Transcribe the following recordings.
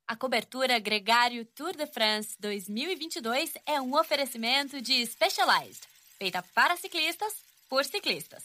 A cobertura Gregário Tour de France 2022 é um oferecimento de Specialized, feita para ciclistas, por ciclistas.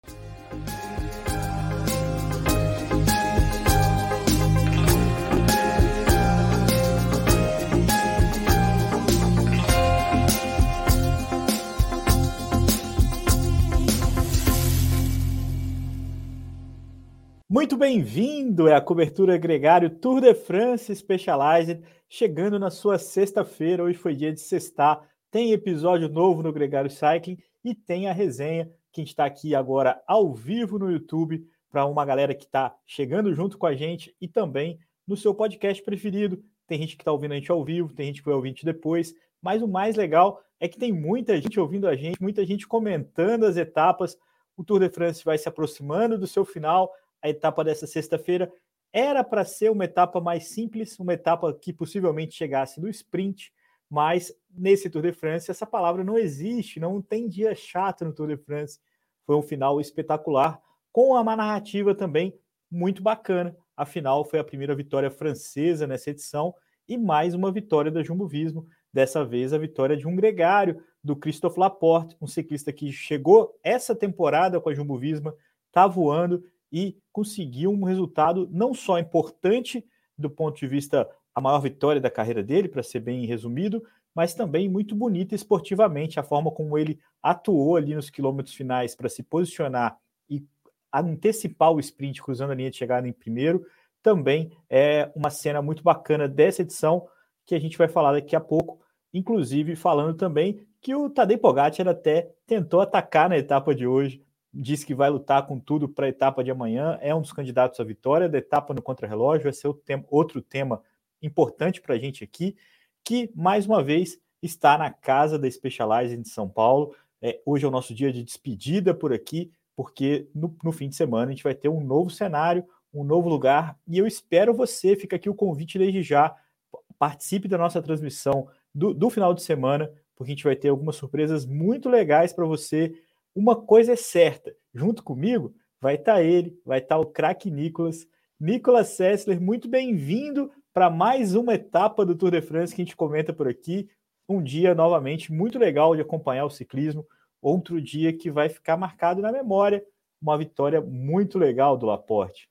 Muito bem-vindo, é a cobertura Gregário Tour de France Specialized, chegando na sua sexta-feira. Hoje foi dia de sextar, tem episódio novo no Gregário Cycling e tem a resenha, que a gente está aqui agora ao vivo no YouTube, para uma galera que está chegando junto com a gente e também no seu podcast preferido. Tem gente que está ouvindo a gente ao vivo, tem gente que vai ouvir a gente depois, mas o mais legal é que tem muita gente ouvindo a gente, muita gente comentando as etapas. O Tour de France vai se aproximando do seu final. A etapa dessa sexta-feira era para ser uma etapa mais simples, uma etapa que possivelmente chegasse no sprint, mas nesse Tour de France essa palavra não existe, não tem dia chato no Tour de France. Foi um final espetacular, com uma narrativa também muito bacana. Afinal, foi a primeira vitória francesa nessa edição e mais uma vitória da Jumbo-Visma, dessa vez a vitória de um gregário, do Christophe Laporte, um ciclista que chegou essa temporada com a Jumbo-Visma, está voando e conseguiu um resultado não só importante do ponto de vista a maior vitória da carreira dele, para ser bem resumido, mas também muito bonita esportivamente, a forma como ele atuou ali nos quilômetros finais para se posicionar e antecipar o sprint cruzando a linha de chegada em primeiro, também é uma cena muito bacana dessa edição que a gente vai falar daqui a pouco, inclusive falando também que o Tadej Pogačar até tentou atacar na etapa de hoje, disse que vai lutar com tudo para a etapa de amanhã, é um dos candidatos à vitória da etapa no contrarrelógio, vai ser outro tema importante para a gente aqui, que mais uma vez está na casa da Specialized de São Paulo. Hoje é o nosso dia de despedida por aqui, porque no fim de semana a gente vai ter um novo cenário, um novo lugar, e eu espero você, fica aqui o convite desde já, participe da nossa transmissão do final de semana, porque a gente vai ter algumas surpresas muito legais para você. Uma coisa é certa, junto comigo vai estar ele, vai estar o craque Nicolas Sessler, muito bem-vindo para mais uma etapa do Tour de France que a gente comenta por aqui, um dia novamente muito legal de acompanhar o ciclismo, outro dia que vai ficar marcado na memória, uma vitória muito legal do Laporte.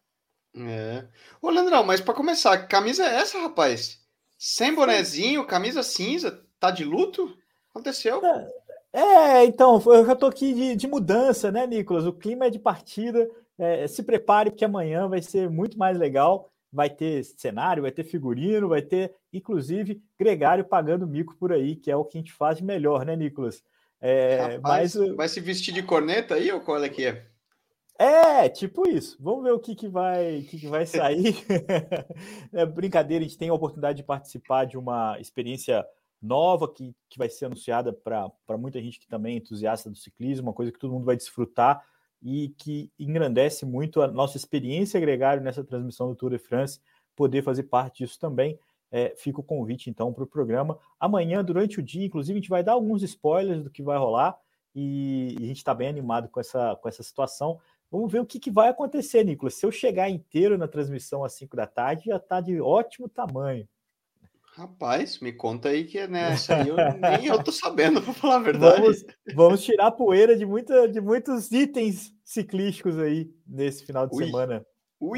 Ô Leandrão, mas para começar, que camisa é essa, rapaz? Sem bonezinho, camisa cinza, tá de luto? Aconteceu? Então, eu já estou aqui de mudança, né, Nicolas? O clima é de partida, se prepare porque amanhã vai ser muito mais legal, vai ter cenário, vai ter figurino, vai ter, inclusive, gregário pagando mico por aí, que é o que a gente faz de melhor, né, Nicolas? Rapaz, vai se vestir de corneta aí ou qual é que é? Tipo isso. Vamos ver o que vai sair. Brincadeira, a gente tem a oportunidade de participar de uma experiência nova que vai ser anunciada para muita gente que também é entusiasta do ciclismo, uma coisa que todo mundo vai desfrutar e que engrandece muito a nossa experiência gregário nessa transmissão do Tour de France, poder fazer parte disso também. Fica o convite, então, para o programa. Amanhã, durante o dia, inclusive, a gente vai dar alguns spoilers do que vai rolar e a gente está bem animado com essa situação. Vamos ver o que vai acontecer, Nicolas. Se eu chegar inteiro na transmissão às 5 da tarde, já está de ótimo tamanho. Rapaz, me conta aí que nessa aí nem eu tô sabendo, para falar a verdade. Vamos tirar a poeira de muitos itens ciclísticos aí nesse final de semana.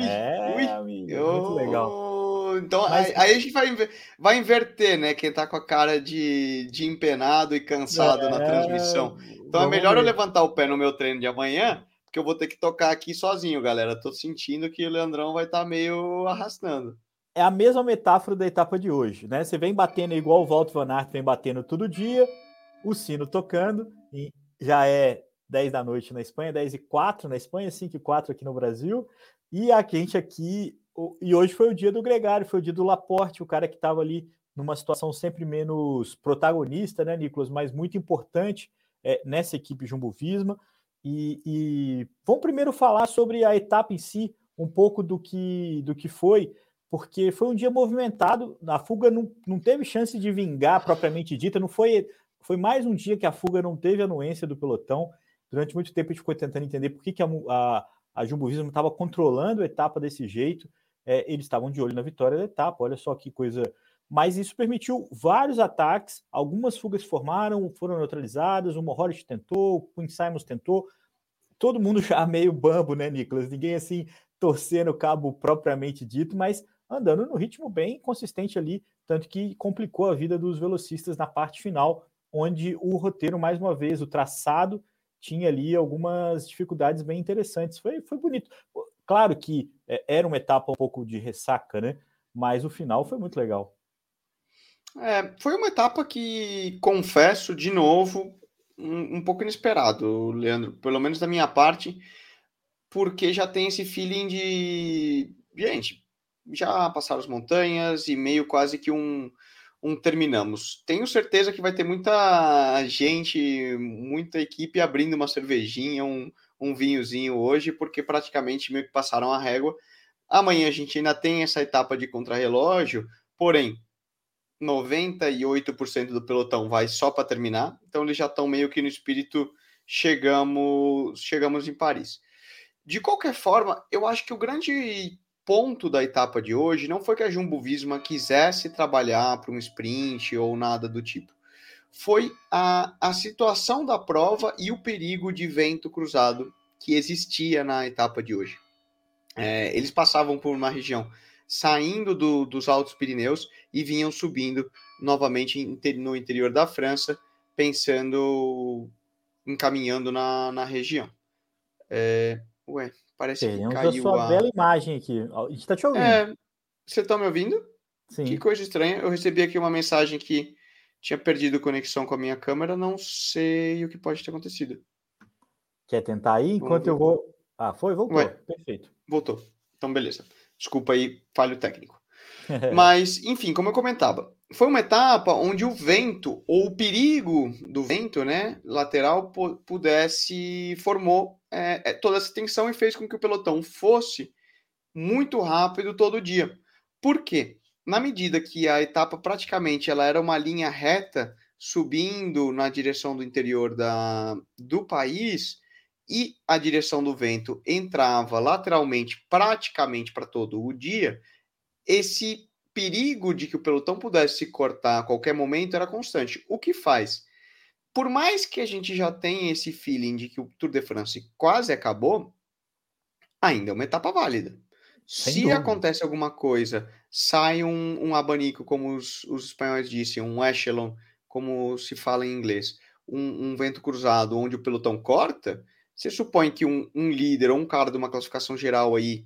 Amigo, muito legal. Então, aí a gente vai inverter, né? Quem tá com a cara de empenado e cansado na transmissão. Então é melhor eu levantar o pé no meu treino de amanhã, porque eu vou ter que tocar aqui sozinho, galera. Tô sentindo que o Leandrão vai estar meio arrastando. É a mesma metáfora da etapa de hoje, né? Você vem batendo igual o Wout van Aert vem batendo todo dia, o sino tocando, e já é 10 da noite na Espanha, 10h04 na Espanha, 5h04 aqui no Brasil, e a gente aqui, e hoje foi o dia do gregário, foi o dia do Laporte, o cara que estava ali numa situação sempre menos protagonista, né, Nicolas, mas muito importante nessa equipe Jumbo-Visma, e vamos primeiro falar sobre a etapa em si, um pouco do que foi, porque foi um dia movimentado, a fuga não teve chance de vingar propriamente dita, não foi mais um dia que a fuga não teve anuência do pelotão. Durante muito tempo a gente ficou tentando entender por que a Jumbo-Visma estava controlando a etapa desse jeito, eles estavam de olho na vitória da etapa, olha só que coisa. Mas isso permitiu vários ataques, algumas fugas formaram, foram neutralizadas, o Mohoric tentou, o Quinn Simmons tentou, todo mundo já meio bambo, né, Nicolas? Ninguém assim torcendo o cabo propriamente dito, mas andando no ritmo bem consistente ali, tanto que complicou a vida dos velocistas na parte final, onde o roteiro, mais uma vez, o traçado tinha ali algumas dificuldades bem interessantes. Foi bonito. Claro que era uma etapa um pouco de ressaca, né? Mas o final foi muito legal. Foi uma etapa que, confesso, de novo, um pouco inesperado, Leandro, pelo menos da minha parte, porque já tem esse feeling de, gente, já passaram as montanhas e meio quase que um terminamos. Tenho certeza que vai ter muita gente, muita equipe abrindo uma cervejinha, um vinhozinho hoje, porque praticamente meio que passaram a régua. Amanhã a gente ainda tem essa etapa de contrarrelógio, porém, 98% do pelotão vai só para terminar, então eles já estão meio que no espírito chegamos em Paris. De qualquer forma, eu acho que o grande ponto da etapa de hoje não foi que a Jumbo-Visma quisesse trabalhar para um sprint ou nada do tipo. Foi a situação da prova e o perigo de vento cruzado que existia na etapa de hoje. Eles passavam por uma região saindo dos Altos Pirineus e vinham subindo novamente no interior da França, encaminhando na região. Parece que caiu a sua bela imagem aqui. A gente está te ouvindo. Você está me ouvindo? Sim. Que coisa estranha. Eu recebi aqui uma mensagem que tinha perdido conexão com a minha câmera. Não sei o que pode ter acontecido. Quer tentar aí? Enquanto eu vou... Voltou. Perfeito. Voltou. Então, beleza. Desculpa aí, falho técnico. Mas, enfim, como eu comentava, foi uma etapa onde o vento, ou o perigo do vento, né, lateral, formou toda essa tensão e fez com que o pelotão fosse muito rápido todo dia. Por quê? Na medida que a etapa praticamente ela era uma linha reta, subindo na direção do interior do país, e a direção do vento entrava lateralmente praticamente para todo o dia, esse perigo de que o pelotão pudesse se cortar a qualquer momento era constante. O que faz? Por mais que a gente já tenha esse feeling de que o Tour de France quase acabou, ainda é uma etapa válida. Se acontece alguma coisa, sai um abanico, como os espanhóis dizem, um echelon, como se fala em inglês, um vento cruzado onde o pelotão corta, você supõe que um líder ou um cara de uma classificação geral aí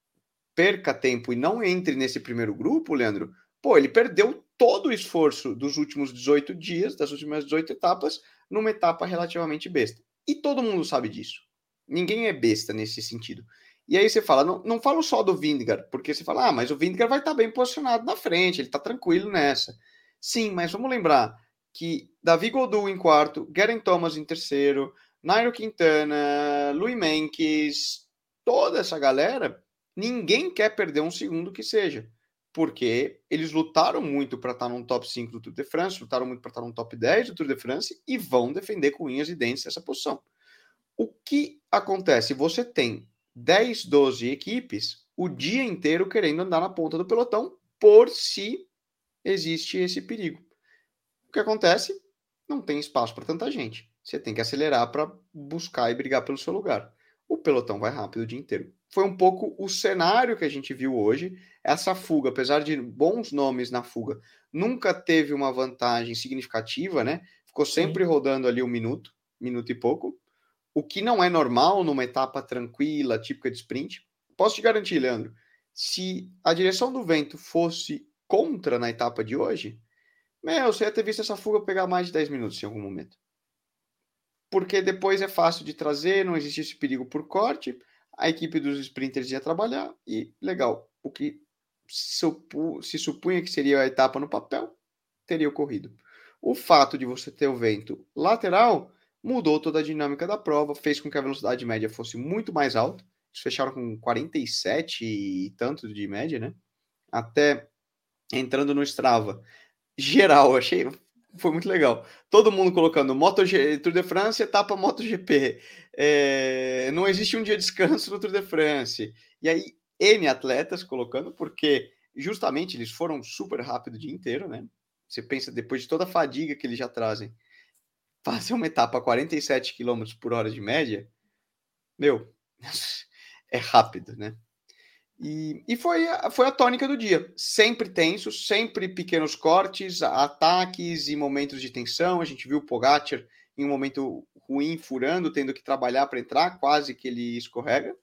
perca tempo e não entre nesse primeiro grupo, Leandro, ele perdeu todo o esforço dos últimos 18 dias, das últimas 18 etapas, numa etapa relativamente besta. E todo mundo sabe disso. Ninguém é besta nesse sentido. E aí você fala, não falo só do Vingegaard, porque você fala, mas o Vingegaard vai estar bem posicionado na frente, ele está tranquilo nessa. Sim, mas vamos lembrar que Davi Gaudu em quarto, Geraint Thomas em terceiro, Nairo Quintana, Louis Meintjes, toda essa galera, ninguém quer perder um segundo que seja, porque eles lutaram muito para estar no top 5 do Tour de France, lutaram muito para estar no top 10 do Tour de France e vão defender com unhas e dentes essa posição. O que acontece? Você tem 10, 12 equipes o dia inteiro querendo andar na ponta do pelotão por se existe esse perigo. O que acontece? Não tem espaço para tanta gente. Você tem que acelerar para buscar e brigar pelo seu lugar. O pelotão vai rápido o dia inteiro. Foi um pouco o cenário que a gente viu hoje. Essa fuga, apesar de bons nomes na fuga, nunca teve uma vantagem significativa, né? Ficou sempre rodando ali um minuto e pouco. O que não é normal numa etapa tranquila, típica de sprint. Posso te garantir, Leandro, se a direção do vento fosse contra na etapa de hoje, você ia ter visto essa fuga pegar mais de 10 minutos em algum momento. Porque depois é fácil de trazer, não existe esse perigo por corte, a equipe dos sprinters ia trabalhar e legal. O que se supunha que seria a etapa no papel, teria ocorrido. O fato de você ter o vento lateral mudou toda a dinâmica da prova, fez com que a velocidade média fosse muito mais alta. Eles fecharam com 47 e tanto de média, né? Até entrando no Strava. Geral, achei... Foi muito legal. Todo mundo colocando Tour de France, etapa MotoGP. Não existe um dia de descanso no Tour de France. E aí, N atletas colocando, porque justamente eles foram super rápido o dia inteiro, né? Você pensa, depois de toda a fadiga que eles já trazem, fazer uma etapa a 47 km por hora de média, meu, é rápido, né? E foi a tônica do dia. Sempre tenso, sempre pequenos cortes, ataques e momentos de tensão. A gente viu o Pogacar em um momento ruim, furando, tendo que trabalhar para entrar, quase que ele escorrega.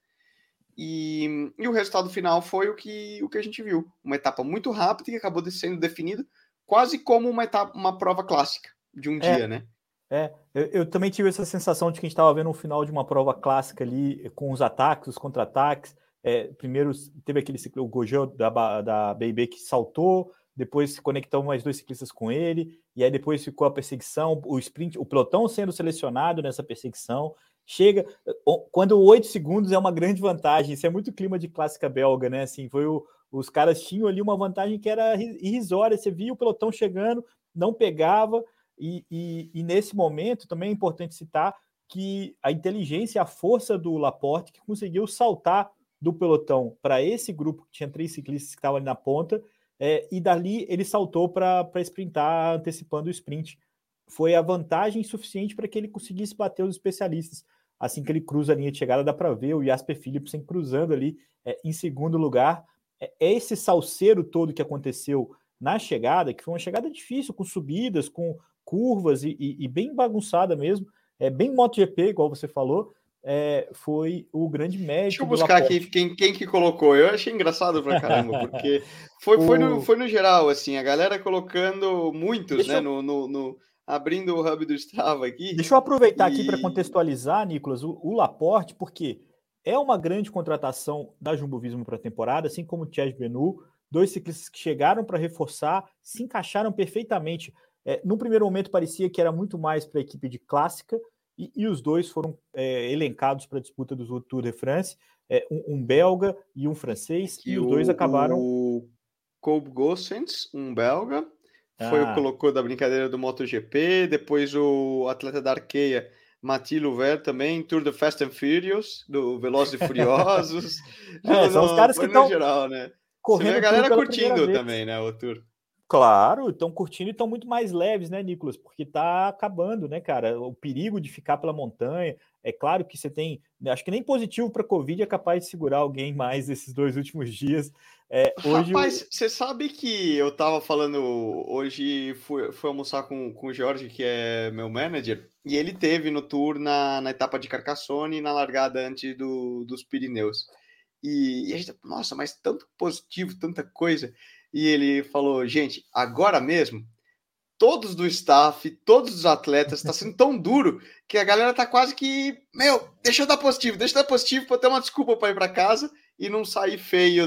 E o resultado final foi o que a gente viu. Uma etapa muito rápida que acabou sendo definida quase como uma prova clássica de um dia, né? Eu também tive essa sensação de que a gente estava vendo um final de uma prova clássica ali, com os ataques, os contra-ataques. Primeiro teve aquele o Gojão da BB que saltou, depois se conectou mais 2 ciclistas com ele, e aí depois ficou a perseguição, o sprint, o pelotão sendo selecionado nessa perseguição. Chega, quando 8 segundos é uma grande vantagem, isso é muito clima de clássica belga, né? Assim, os caras tinham ali uma vantagem que era irrisória, você via o pelotão chegando, não pegava, e nesse momento também é importante citar que a inteligência e a força do Laporte que conseguiu saltar do pelotão para esse grupo, que tinha 3 ciclistas que estavam ali na ponta, e dali ele saltou para sprintar, antecipando o sprint. Foi a vantagem suficiente para que ele conseguisse bater os especialistas. Assim que ele cruza a linha de chegada, dá para ver o Jasper Philipsen cruzando ali em segundo lugar. Esse salseiro todo que aconteceu na chegada, que foi uma chegada difícil, com subidas, com curvas e bem bagunçada mesmo, bem MotoGP, igual você falou, foi o grande mérito. Deixa eu buscar aqui quem que colocou. Eu achei engraçado pra caramba, porque foi no geral, assim, a galera colocando muitos, né, abrindo o hub do Strava aqui. Deixa eu aproveitar aqui para contextualizar, Nicolas, o Laporte, porque é uma grande contratação da Jumbo Visma para a temporada, assim como o Thiago Benoît, 2 ciclistas que chegaram para reforçar, se encaixaram perfeitamente. No primeiro momento parecia que era muito mais para a equipe de clássica, e os dois foram elencados para a disputa do Tour de France, um belga e um francês, e os dois acabaram... O Kobe Gossens, um belga, foi o colocou da brincadeira do MotoGP, depois o atleta da Arqueia, Mathilde Louvert também, Tour de Fast and Furious, do Velozes e Furiosos. São os caras que estão geral, né? correndo. Você vê a galera curtindo também, né, o Tour. Claro, estão curtindo e estão muito mais leves, né, Nicolas? Porque tá acabando, né, cara? O perigo de ficar pela montanha. É claro que você tem... Acho que nem positivo para a Covid é capaz de segurar alguém mais esses 2 últimos dias. Hoje Rapaz, você sabe que eu tava falando... Hoje fui almoçar com o Jorge, que é meu manager, e ele teve no Tour na etapa de Carcassonne e na largada antes dos Pirineus. E a gente... Nossa, mas tanto positivo, tanta coisa... E ele falou, gente, agora mesmo, todos do staff, todos os atletas, está sendo tão duro que a galera tá quase que, deixa eu dar positivo para ter uma desculpa para ir para casa e não sair feio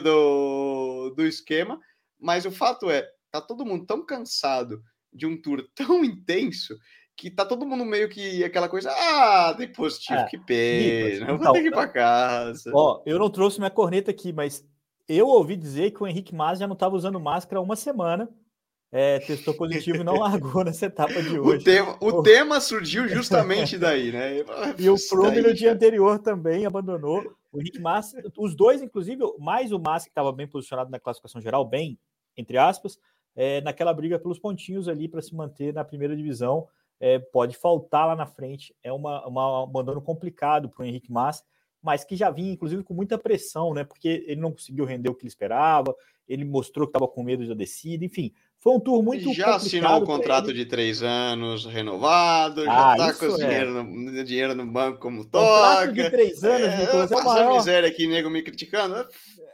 do esquema. Mas o fato é, tá todo mundo tão cansado de um tour tão intenso que tá todo mundo meio que aquela coisa, dei positivo, que pena, eu vou ter que ir para casa. Eu não trouxe minha corneta aqui, mas eu ouvi dizer que o Henrique Mas já não estava usando máscara há uma semana, testou positivo e não largou nessa etapa de hoje. O tema surgiu justamente daí, né? E o Froome no dia anterior também abandonou. O Henrique Mas, os dois, inclusive, mais o Mas, que estava bem posicionado na classificação geral, bem, entre aspas, naquela briga pelos pontinhos ali para se manter na primeira divisão, pode faltar lá na frente. É um abandono complicado para o Henrique Mas que já vinha, inclusive, com muita pressão, né? Porque ele não conseguiu render o que ele esperava, ele mostrou que estava com medo da descida, enfim, foi um tour muito complicado. Já assinou o contrato de 3 anos renovado, já está com o dinheiro no banco como toca. Contrato de 3 anos, Nicolas, é o maior... miséria aqui, nego me criticando.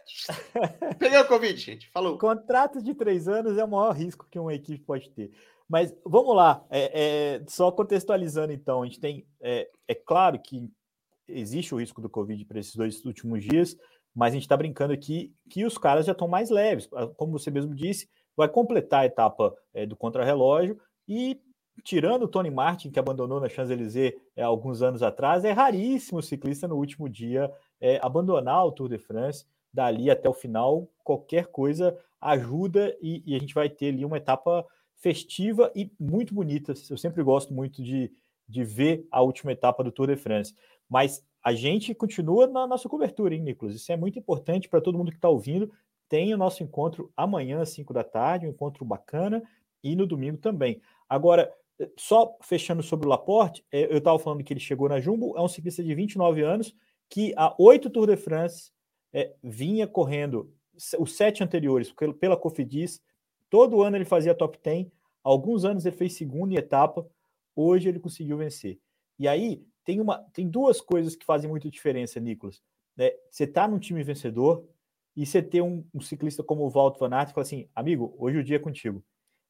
Peguei o Covid, gente, falou. Contrato de 3 anos é o maior risco que uma equipe pode ter. Mas vamos lá, só contextualizando então, a gente tem, claro que existe o risco do Covid para esses 2 últimos dias, mas a gente está brincando aqui que os caras já estão mais leves. Como você mesmo disse, vai completar a etapa do contrarrelógio e, tirando o Tony Martin, que abandonou na Champs-Élysées alguns anos atrás, é raríssimo o ciclista no último dia abandonar o Tour de France. Dali até o final, qualquer coisa ajuda e a gente vai ter ali uma etapa festiva e muito bonita. Eu sempre gosto muito de ver a última etapa do Tour de France. Mas a gente continua na nossa cobertura, hein, Nicolas? Isso é muito importante para todo mundo que está ouvindo. Tem o nosso encontro amanhã às 5 da tarde, um encontro bacana, e no domingo também. Agora, só fechando sobre o Laporte, eu estava falando que ele chegou na Jumbo, é um ciclista de 29 anos, que há 8 Tour de France vinha correndo os 7 anteriores pela Cofidis. Todo ano ele fazia top 10, alguns anos ele fez segunda em etapa, hoje ele conseguiu vencer. E aí, tem duas coisas que fazem muita diferença, Nicolas. Você está num time vencedor e você ter um ciclista como o Wout van Aert e fala assim, amigo, hoje o dia é contigo.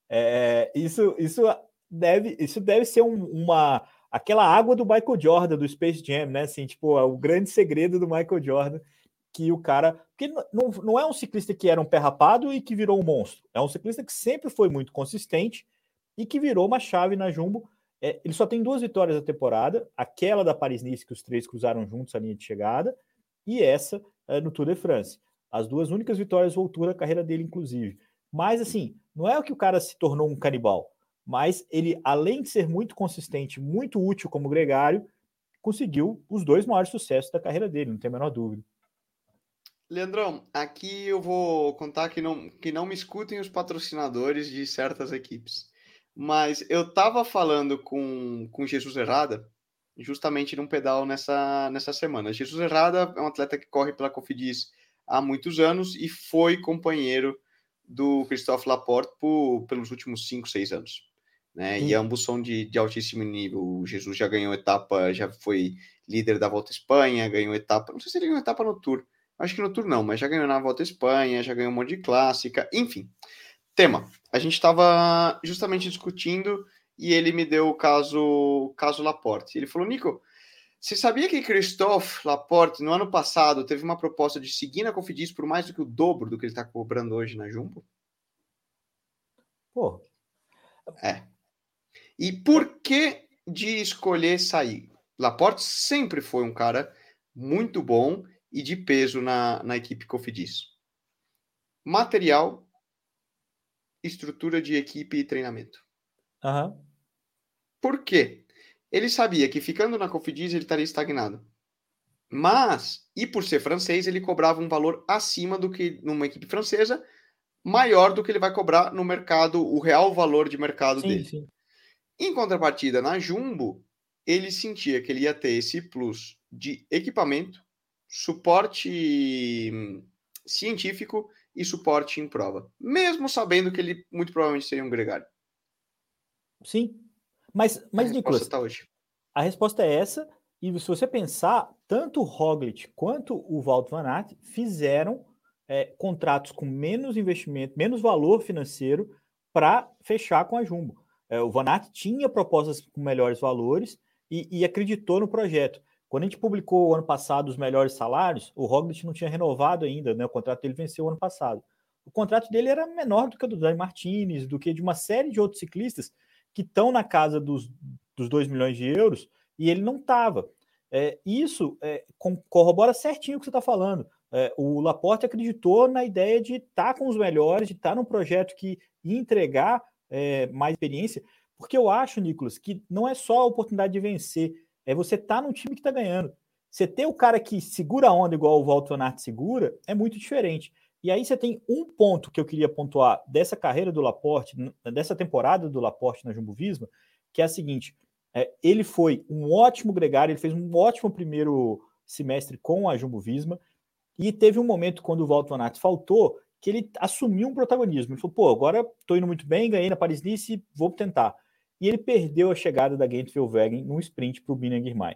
Isso deve ser aquela água do Michael Jordan, do Space Jam, né? Assim, tipo, o grande segredo do Michael Jordan, que o cara... Porque não é um ciclista que era um pé rapado e que virou um monstro. É um ciclista que sempre foi muito consistente e que virou uma chave na Jumbo. Ele só tem 2 vitórias da temporada, aquela da Paris-Nice, que os 3 cruzaram juntos a linha de chegada, e essa no Tour de France. As 2 únicas vitórias voltou da carreira dele, inclusive. Mas, assim, não é o que o cara se tornou um canibal, mas ele, além de ser muito consistente, muito útil como gregário, conseguiu os 2 maiores sucessos da carreira dele, não tem a menor dúvida. Leandrão, aqui eu vou contar que não me escutem os patrocinadores de certas equipes. Mas eu estava falando com Jesus Herrada, justamente num pedal nessa semana. Jesus Herrada é um atleta que corre pela Cofidis há muitos anos e foi companheiro do Christophe Laporte pelos últimos 5, 6 anos. Né? E ambos são de altíssimo nível. O Jesus já ganhou etapa, já foi líder da Volta à Espanha, ganhou etapa, não sei se ele ganhou etapa no Tour, acho que no Tour não, mas já ganhou na Volta à Espanha, já ganhou um monte de clássica, enfim. Tema, a gente estava justamente discutindo e ele me deu o caso Laporte. Ele falou, Nico, você sabia que Christophe Laporte, no ano passado, teve uma proposta de seguir na Cofidis por mais do que o dobro do que ele está cobrando hoje na Jumbo? Pô. E por que de escolher sair? Laporte sempre foi um cara muito bom e de peso na equipe Cofidis. Material, estrutura de equipe e treinamento. Uhum. Por quê? Ele sabia que ficando na Cofidis ele estaria estagnado. Mas, e por ser francês, ele cobrava um valor acima do que numa equipe francesa, maior do que ele vai cobrar no mercado, o real valor de mercado dele. Sim. Em contrapartida, na Jumbo, ele sentia que ele ia ter esse plus de equipamento, suporte científico e suporte em prova, mesmo sabendo que ele muito provavelmente seria um gregário. Sim, mas Nicolas, tá hoje. A resposta é essa, e se você pensar, tanto o Roglic quanto o Wout van Aert fizeram contratos com menos investimento, menos valor financeiro para fechar com a Jumbo. O Van Aert tinha propostas com melhores valores e acreditou no projeto. Quando a gente publicou ano passado os melhores salários, o Roglic não tinha renovado ainda, né? O contrato dele venceu ano passado. O contrato dele era menor do que o do Dani Martins, do que de uma série de outros ciclistas que estão na casa dos 2 milhões de euros, e ele não estava. Isso corrobora certinho o que você está falando. O Laporte acreditou na ideia de estar com os melhores, de estar num projeto que ia entregar mais experiência, porque eu acho, Nicolas, que não é só a oportunidade de vencer, é você estar num time que está ganhando. Você ter o cara que segura a onda igual o Wout van Aert segura, é muito diferente. E aí você tem um ponto que eu queria pontuar dessa carreira do Laporte, dessa temporada do Laporte na Jumbo-Visma, que é a seguinte, ele foi um ótimo gregário, ele fez um ótimo primeiro semestre com a Jumbo-Visma, e teve um momento quando o Wout van Aert faltou, que ele assumiu um protagonismo. Ele falou, pô, agora estou indo muito bem, ganhei na Paris-Nice, vou tentar. E ele perdeu a chegada da Gent-Wevelgem num sprint para o Bina Girmay.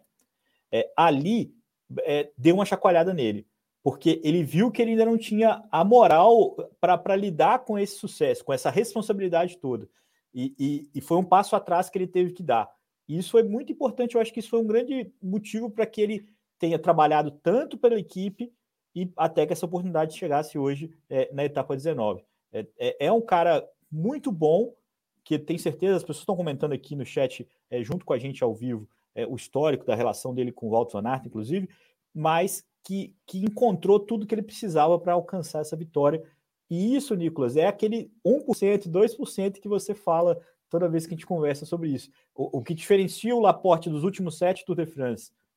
Ali, deu uma chacoalhada nele, porque ele viu que ele ainda não tinha a moral para lidar com esse sucesso, com essa responsabilidade toda. E foi um passo atrás que ele teve que dar. E isso foi muito importante, eu acho que isso foi um grande motivo para que ele tenha trabalhado tanto pela equipe e até que essa oportunidade chegasse hoje na etapa 19. É um cara muito bom, que tenho certeza, as pessoas estão comentando aqui no chat, junto com a gente ao vivo, o histórico da relação dele com o Wout van Aert, inclusive, mas que encontrou tudo que ele precisava para alcançar essa vitória. E isso, Nicolas, é aquele 1%, 2% que você fala toda vez que a gente conversa sobre isso. O que diferencia o Laporte dos últimos 7 Tour de France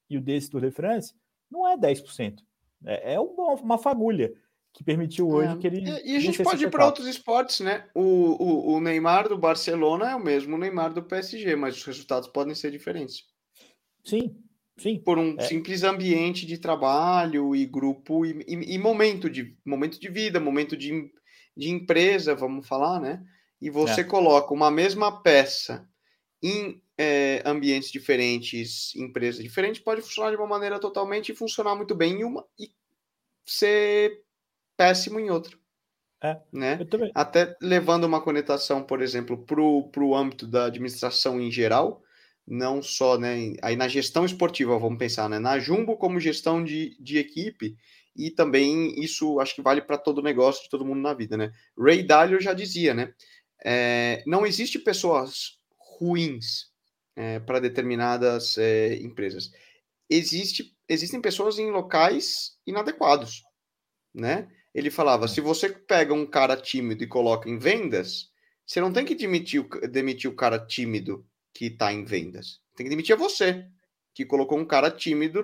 e o desse Tour de France, não é 10%. É uma fagulha que permitiu hoje que ele... E a gente pode ir para outros esportes, né? O Neymar do Barcelona é o mesmo Neymar do PSG, mas os resultados podem ser diferentes. Sim. Por um simples ambiente de trabalho e grupo e momento de vida, momento de empresa, vamos falar, né? E você coloca uma mesma peça em ambientes diferentes, empresas diferentes, pode funcionar de uma maneira totalmente e funcionar muito bem em uma e ser péssimo em outra. Né? Até levando uma conotação, por exemplo, para o âmbito da administração em geral, não só, né, aí na gestão esportiva, vamos pensar, né, na Jumbo como gestão de equipe, e também isso acho que vale para todo negócio, de todo mundo na vida, né? Ray Dalio já dizia, né, não existe pessoas ruins para determinadas empresas. Existem pessoas em locais inadequados, né? Ele falava, se você pega um cara tímido e coloca em vendas, você não tem que demitir o cara tímido que está em vendas. Tem que demitir você, que colocou um cara tímido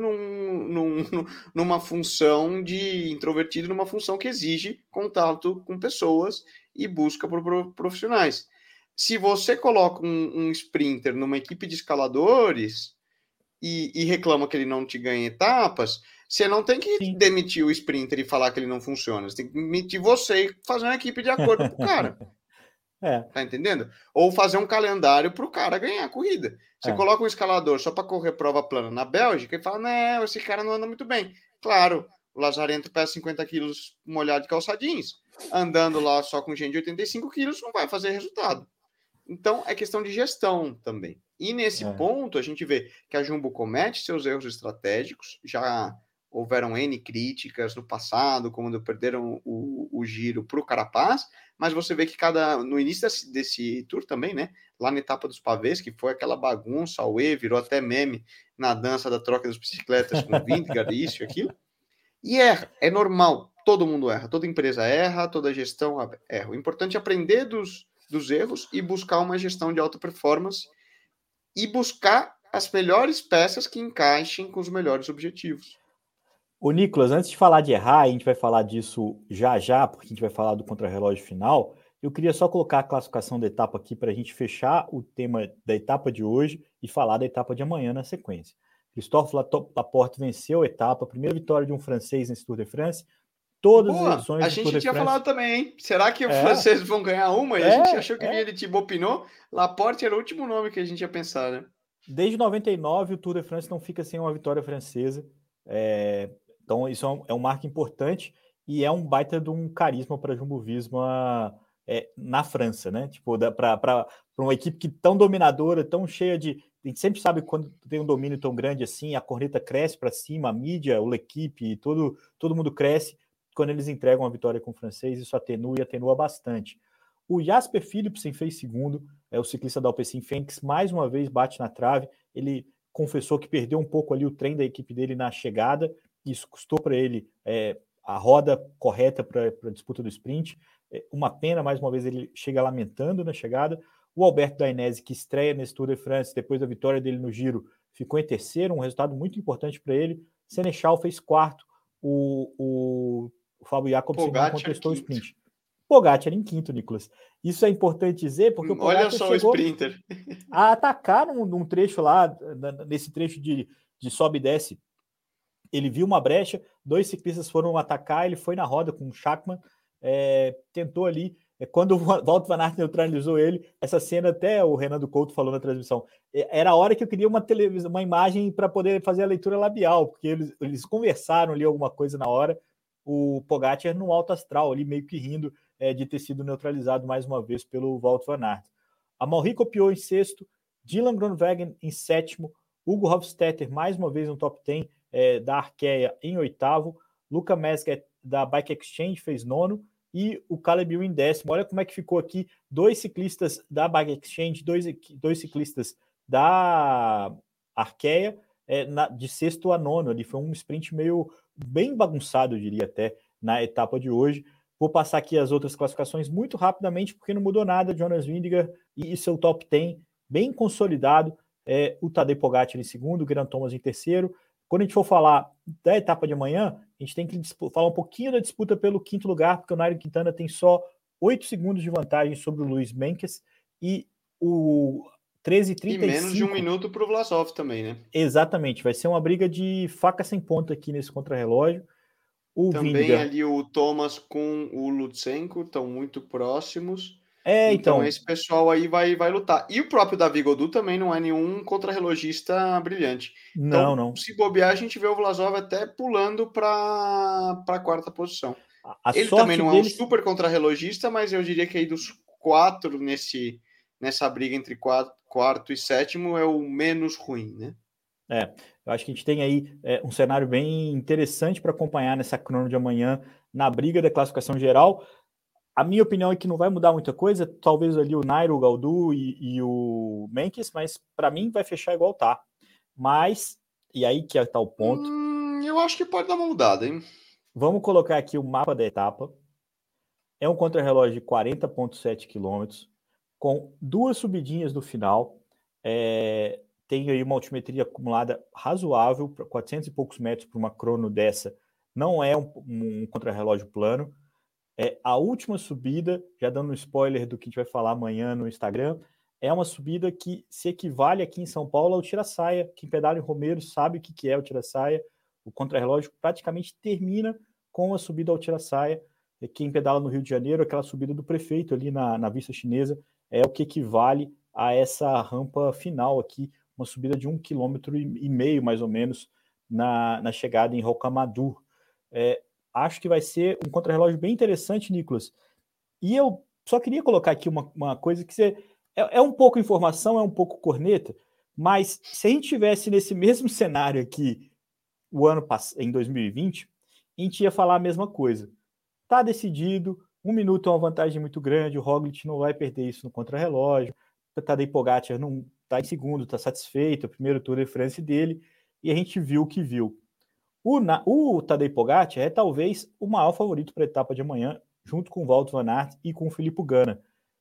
numa função de introvertido, numa função que exige contato com pessoas e busca por profissionais. Se você coloca um sprinter numa equipe de escaladores e reclama que ele não te ganha etapas, você não tem que demitir o sprinter e falar que ele não funciona. Você tem que demitir você e fazer uma equipe de acordo com o cara. Tá entendendo? Ou fazer um calendário para o cara ganhar a corrida. Você coloca um escalador só para correr prova plana na Bélgica e fala, não, esse cara não anda muito bem. Claro, o Lazarento pesa 50 quilos molhado de calça jeans. Andando lá só com gente de 85 quilos não vai fazer resultado. Então, é questão de gestão também. E nesse ponto, a gente vê que a Jumbo comete seus erros estratégicos. Já houveram N críticas no passado, quando perderam o giro para o Carapaz, mas você vê que no início desse tour também, né? Lá na etapa dos pavês, que foi aquela bagunça, a UE virou até meme na dança da troca das bicicletas com Vingegaard, isso e aquilo. E é normal, todo mundo erra, toda empresa erra, toda gestão erra. O importante é aprender dos erros e buscar uma gestão de alta performance e buscar as melhores peças que encaixem com os melhores objetivos. Ô, Nicolas, antes de falar de errar, a gente vai falar disso já, porque a gente vai falar do contrarrelógio final, eu queria só colocar a classificação da etapa aqui para a gente fechar o tema da etapa de hoje e falar da etapa de amanhã na sequência. Christophe Laporte venceu a etapa, primeira vitória de um francês nesse Tour de France. Todas as edições a gente tinha falado também, hein? Será que os franceses vão ganhar uma? E a gente achou que vinha de Thibaut Pinot. Laporte era o último nome que a gente ia pensar, né? Desde 99, o Tour de France não fica sem uma vitória francesa. Então, isso é um marco importante e é um baita de um carisma para a Jumbo-Visma na França, né? Tipo, para uma equipe tão dominadora, tão cheia de... A gente sempre sabe quando tem um domínio tão grande assim, a corneta cresce para cima, a mídia, o L'Equipe, todo mundo cresce. Quando eles entregam a vitória com o francês, isso atenua bastante. O Jasper Philipsen fez segundo, o ciclista da Alpecin Fenix, mais uma vez bate na trave. Ele confessou que perdeu um pouco ali o trem da equipe dele na chegada, isso custou para ele a roda correta para a disputa do sprint. Uma pena, mais uma vez, ele chega lamentando na chegada. O Alberto Dainese, que estreia nesse Tour de France, depois da vitória dele no Giro, ficou em terceiro, um resultado muito importante para ele. Senechal fez quarto, o Fábio Jacobsen não contestou o sprint. Pogacar em quinto, Nicolas. Isso é importante dizer, porque o Pogacar chegou o sprinter a atacar num trecho lá, nesse trecho de sobe e desce. Ele viu uma brecha, 2 ciclistas foram atacar, ele foi na roda com o Schachmann, tentou ali. Quando o Wout van Aert neutralizou ele, essa cena até o Renan Couto falou na transmissão, era a hora que eu queria uma imagem para poder fazer a leitura labial, porque eles conversaram ali alguma coisa na hora, o Pogacar no alto astral, ali meio que rindo de ter sido neutralizado mais uma vez pelo Wout van Aert. A Mauri copiou em sexto, Dylan Groenewegen em sétimo, Hugo Hofstetter mais uma vez no top 10 da Arkea em oitavo, Luca Mesget da Bike Exchange fez nono, e o Caleb Ewan em décimo. Olha como é que ficou aqui, 2 ciclistas da Bike Exchange, dois ciclistas da Arkea, de sexto a nono. Ali foi um sprint bem bagunçado, eu diria até, na etapa de hoje. Vou passar aqui as outras classificações muito rapidamente, porque não mudou nada. Jonas Vingegaard e seu top 10 bem consolidado. O Tadej Pogacar em segundo, o Geraint Thomas em terceiro, quando a gente for falar da etapa de amanhã, a gente tem que falar um pouquinho da disputa pelo 5º lugar, porque o Nairo Quintana tem só 8 segundos de vantagem sobre o Luiz Menkes e o 13:35. E menos de 1 minuto para o Vlasov também, né? Exatamente, vai ser uma briga de faca sem ponta aqui nesse contrarrelógio. Também Vingegaard... ali o Thomas com o Lutsenko estão muito próximos. Então esse pessoal aí vai lutar. E o próprio Davi Gaudu também não é nenhum contrarrelogista brilhante. Não. Se bobear, a gente vê o Vlasov até pulando para a 4ª posição. Ele também não é um super contrarrelogista, mas eu diria que aí dos 4 nessa briga entre 4º e 7º é o menos ruim, né? Eu acho que a gente tem aí um cenário bem interessante para acompanhar nessa crono de amanhã, na briga da classificação geral. A minha opinião é que não vai mudar muita coisa, talvez ali o Nairo, o Gaudu e o Menkes, mas para mim vai fechar igual tá. Mas, e aí que tá o ponto. Eu acho que pode dar uma mudada, hein? Vamos colocar aqui o mapa da etapa. É um contrarrelógio de 40,7 km, com 2 subidinhas no final. Tem aí uma altimetria acumulada razoável, para 400 e poucos metros para uma crono dessa. Não é um contrarrelógio plano. A última subida, já dando um spoiler do que a gente vai falar amanhã no Instagram, é uma subida que se equivale aqui em São Paulo ao tira-saia. Quem pedala em Romeiro sabe o que é o tira-saia. O contrarrelógio praticamente termina com a subida ao tira-saia. Quem pedala no Rio de Janeiro, aquela subida do prefeito ali na Vista Chinesa, é o que equivale a essa rampa final aqui, uma subida de 1,5 km mais ou menos na chegada em Rocamadour. Acho que vai ser um contrarrelógio bem interessante, Nicolas. E eu só queria colocar aqui uma coisa que é um pouco informação, é um pouco corneta, mas se a gente tivesse nesse mesmo cenário aqui em 2020, a gente ia falar a mesma coisa. Tá decidido, 1 minuto é uma vantagem muito grande, o Roglic não vai perder isso no contrarrelógio, o Tadej Pogačar não está em segundo, está satisfeito, o primeiro Tour de France dele, e a gente viu o que viu. O Tadej Pogačar é talvez o maior favorito para a etapa de amanhã, junto com o Wout van Aert e com o Filippo Ganna.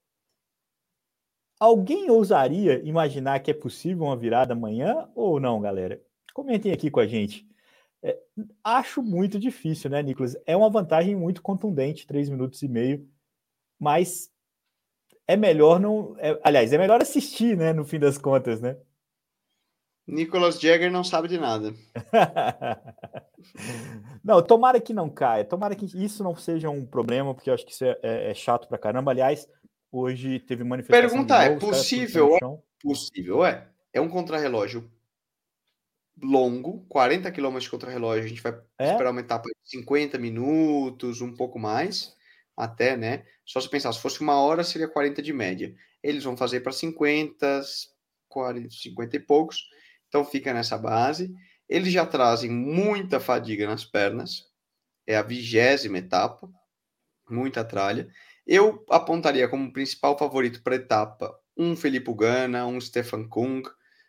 Alguém ousaria imaginar que é possível uma virada amanhã ou não, galera? Comentem aqui com a gente. Acho muito difícil, né, Nicolas? É uma vantagem muito contundente, 3 minutos e meio, mas é melhor não... aliás, é melhor assistir, né, no fim das contas, né? Nicolas Jagger não sabe de nada. Não, tomara que não caia, tomara que isso não seja um problema, porque eu acho que isso é chato pra caramba. Aliás, hoje teve manifestação. Pergunta é possível? Possível, é um contrarrelógio longo, 40 km de contrarrelógio, a gente vai esperar uma etapa de 50 minutos, um pouco mais, até, né? Só se pensar, se fosse 1 hora, seria 40 de média. Eles vão fazer para 50, 40, 50 e poucos, então fica nessa base. Eles já trazem muita fadiga nas pernas, é a 20ª etapa, muita tralha. Eu apontaria como principal favorito para a etapa um Filippo Ganna, um Stefan Kung,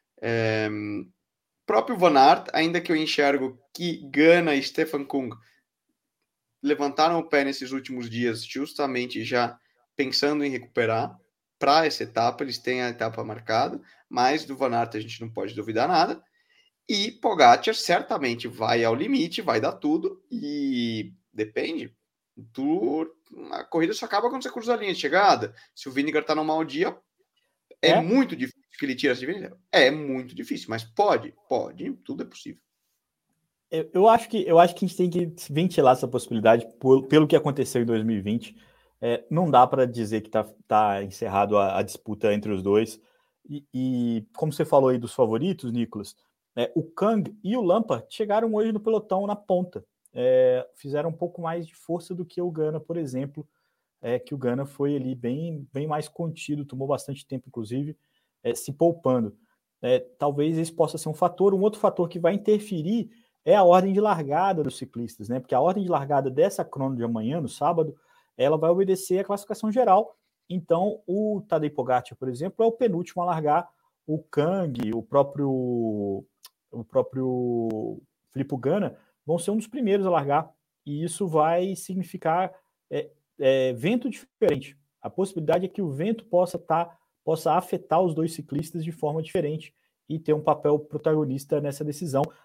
próprio Van Aert, ainda que eu enxergo que Ganna e Stefan Kung levantaram o pé nesses últimos dias, justamente já pensando em recuperar para essa etapa. Eles têm a etapa marcada, mas do Van Aert a gente não pode duvidar nada. E Pogačar certamente vai ao limite, vai dar tudo, e depende. A corrida só acaba quando você cruza a linha de chegada. Se o Vingegaard está num mau dia, é muito difícil que ele tire essa diferença. É muito difícil, mas pode, tudo é possível. Eu acho que a gente tem que ventilar essa possibilidade pelo que aconteceu em 2020. Não dá para dizer que tá encerrado a disputa entre os dois. E como você falou aí dos favoritos, Nicolas, o Kang e o Lampard chegaram hoje no pelotão na ponta. Fizeram um pouco mais de força do que o Ganna, por exemplo, que o Ganna foi ali bem mais contido, tomou bastante tempo, inclusive, se poupando. Talvez esse possa ser um fator. Um outro fator que vai interferir é a ordem de largada dos ciclistas, né? Porque a ordem de largada dessa crono de amanhã, no sábado, ela vai obedecer à classificação geral. Então, o Tadej Pogačar, por exemplo, é o penúltimo a largar. O Kang, o próprio Filippo Ganna vão ser um dos primeiros a largar. E isso vai significar vento diferente. A possibilidade é que o vento possa afetar os dois ciclistas de forma diferente e ter um papel protagonista nessa decisão. A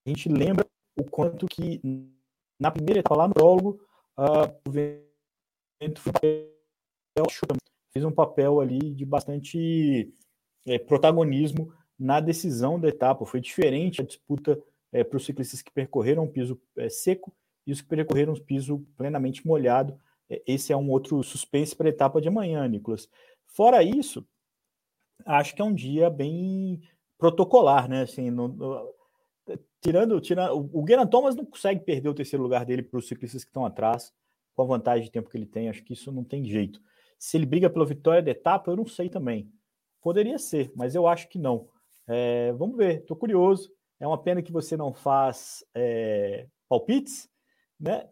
a gente lembra o quanto que na primeira etapa lá no prólogo, o vento fez um papel ali de bastante protagonismo na decisão da etapa. Foi diferente a disputa para os ciclistas que percorreram um piso seco e os que percorreram um piso plenamente molhado. Esse é um outro suspense para a etapa de amanhã, Nicolas. Fora isso, acho que é um dia bem protocolar, né? Assim, tirando o Geraint Thomas não consegue perder o terceiro lugar dele para os ciclistas que estão atrás, com a vantagem de tempo que ele tem. Acho que isso não tem jeito. Se ele briga pela vitória da etapa, eu não sei também. Poderia ser, mas eu acho que não. Vamos ver, estou curioso. É uma pena que você não faz palpites, né?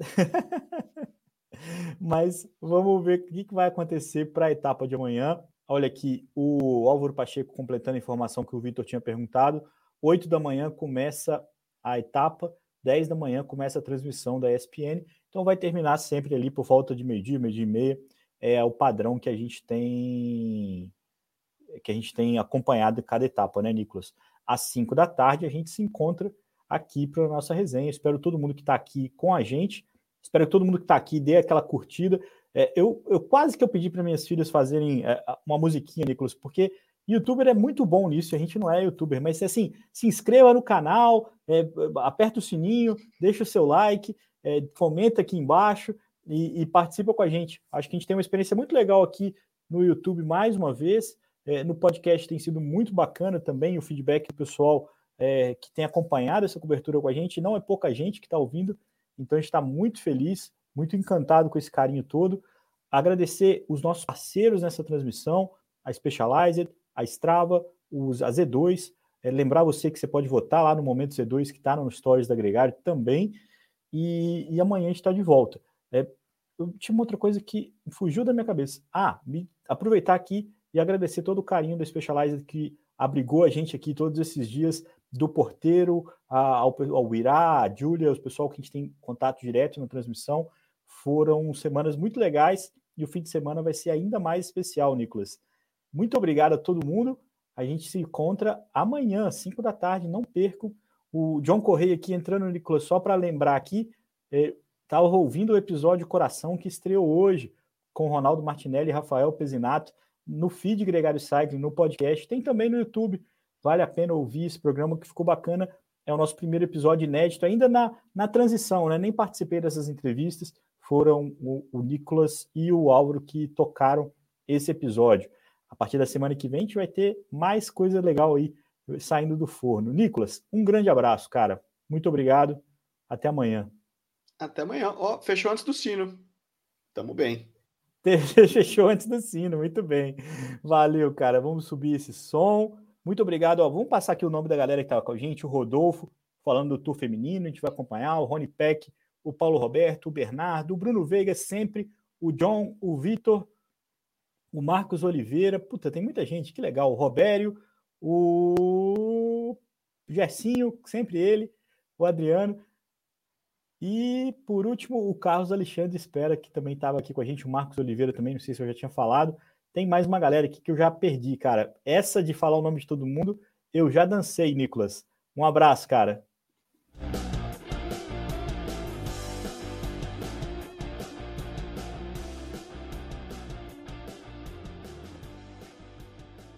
Mas vamos ver o que vai acontecer para a etapa de amanhã. Olha aqui, o Álvaro Pacheco completando a informação que o Vitor tinha perguntado. 8 da manhã começa a etapa, 10 da manhã começa a transmissão da ESPN. Então vai terminar sempre ali por volta de meio-dia e meia. É o padrão que a gente tem acompanhado cada etapa, né, Nicolas? Às 5 da tarde a gente se encontra aqui para a nossa resenha. Espero todo mundo que está aqui com a gente. Espero que todo mundo que está aqui dê aquela curtida. Eu quase que eu pedi para minhas filhas fazerem uma musiquinha, Nicolas, porque youtuber é muito bom nisso. A gente não é youtuber, mas assim, se inscreva no canal, aperta o sininho, deixa o seu like, comenta aqui embaixo e participa com a gente. Acho que a gente tem uma experiência muito legal aqui no YouTube mais uma vez. No podcast tem sido muito bacana também o feedback do pessoal que tem acompanhado essa cobertura com a gente. Não é pouca gente que está ouvindo, então a gente está muito feliz, muito encantado com esse carinho todo. Agradecer os nossos parceiros nessa transmissão, a Specialized, a Strava, a Z2. Lembrar você que você pode votar lá no Momento Z2, que está no Stories da Gregário também. E amanhã a gente está de volta. Eu tinha uma outra coisa que fugiu da minha cabeça. Aproveitar aqui e agradecer todo o carinho da Specialized que abrigou a gente aqui todos esses dias, do porteiro ao Irá, a Júlia, os pessoal que a gente tem contato direto na transmissão. Foram semanas muito legais e o fim de semana vai ser ainda mais especial, Nicolas. Muito obrigado a todo mundo. A gente se encontra amanhã, às 5 da tarde. Não percam. O John Correia aqui entrando, Nicolas, só para lembrar aqui, estava ouvindo o episódio Coração que estreou hoje com Ronaldo Martinelli e Rafael Pezinato no feed Gregário Cycling, no podcast. Tem também no YouTube. Vale a pena ouvir esse programa que ficou bacana. É o nosso primeiro episódio inédito, ainda na transição, né? Nem participei dessas entrevistas. Foram o Nicolas e o Álvaro que tocaram esse episódio. A partir da semana que vem a gente vai ter mais coisa legal aí saindo do forno. Nicolas, um grande abraço, cara. Muito obrigado. Até amanhã. Até amanhã. Fechou antes do sino. Tamo bem. Fechou antes do sino, muito bem. Valeu, cara. Vamos subir esse som. Muito obrigado. Vamos passar aqui o nome da galera que estava com a gente. O Rodolfo, falando do Tour Feminino, a gente vai acompanhar. O Rony Peck, o Paulo Roberto, o Bernardo, o Bruno Veiga sempre, o John, o Vitor, o Marcos Oliveira. Puta, tem muita gente, que legal. O Robério, o Gersinho, sempre ele, o Adriano. E, por último, o Carlos Alexandre Espera, que também estava aqui com a gente, o Marcos Oliveira também, não sei se eu já tinha falado. Tem mais uma galera aqui que eu já perdi, cara. Essa de falar o nome de todo mundo, eu já dancei, Nicolas. Um abraço, cara.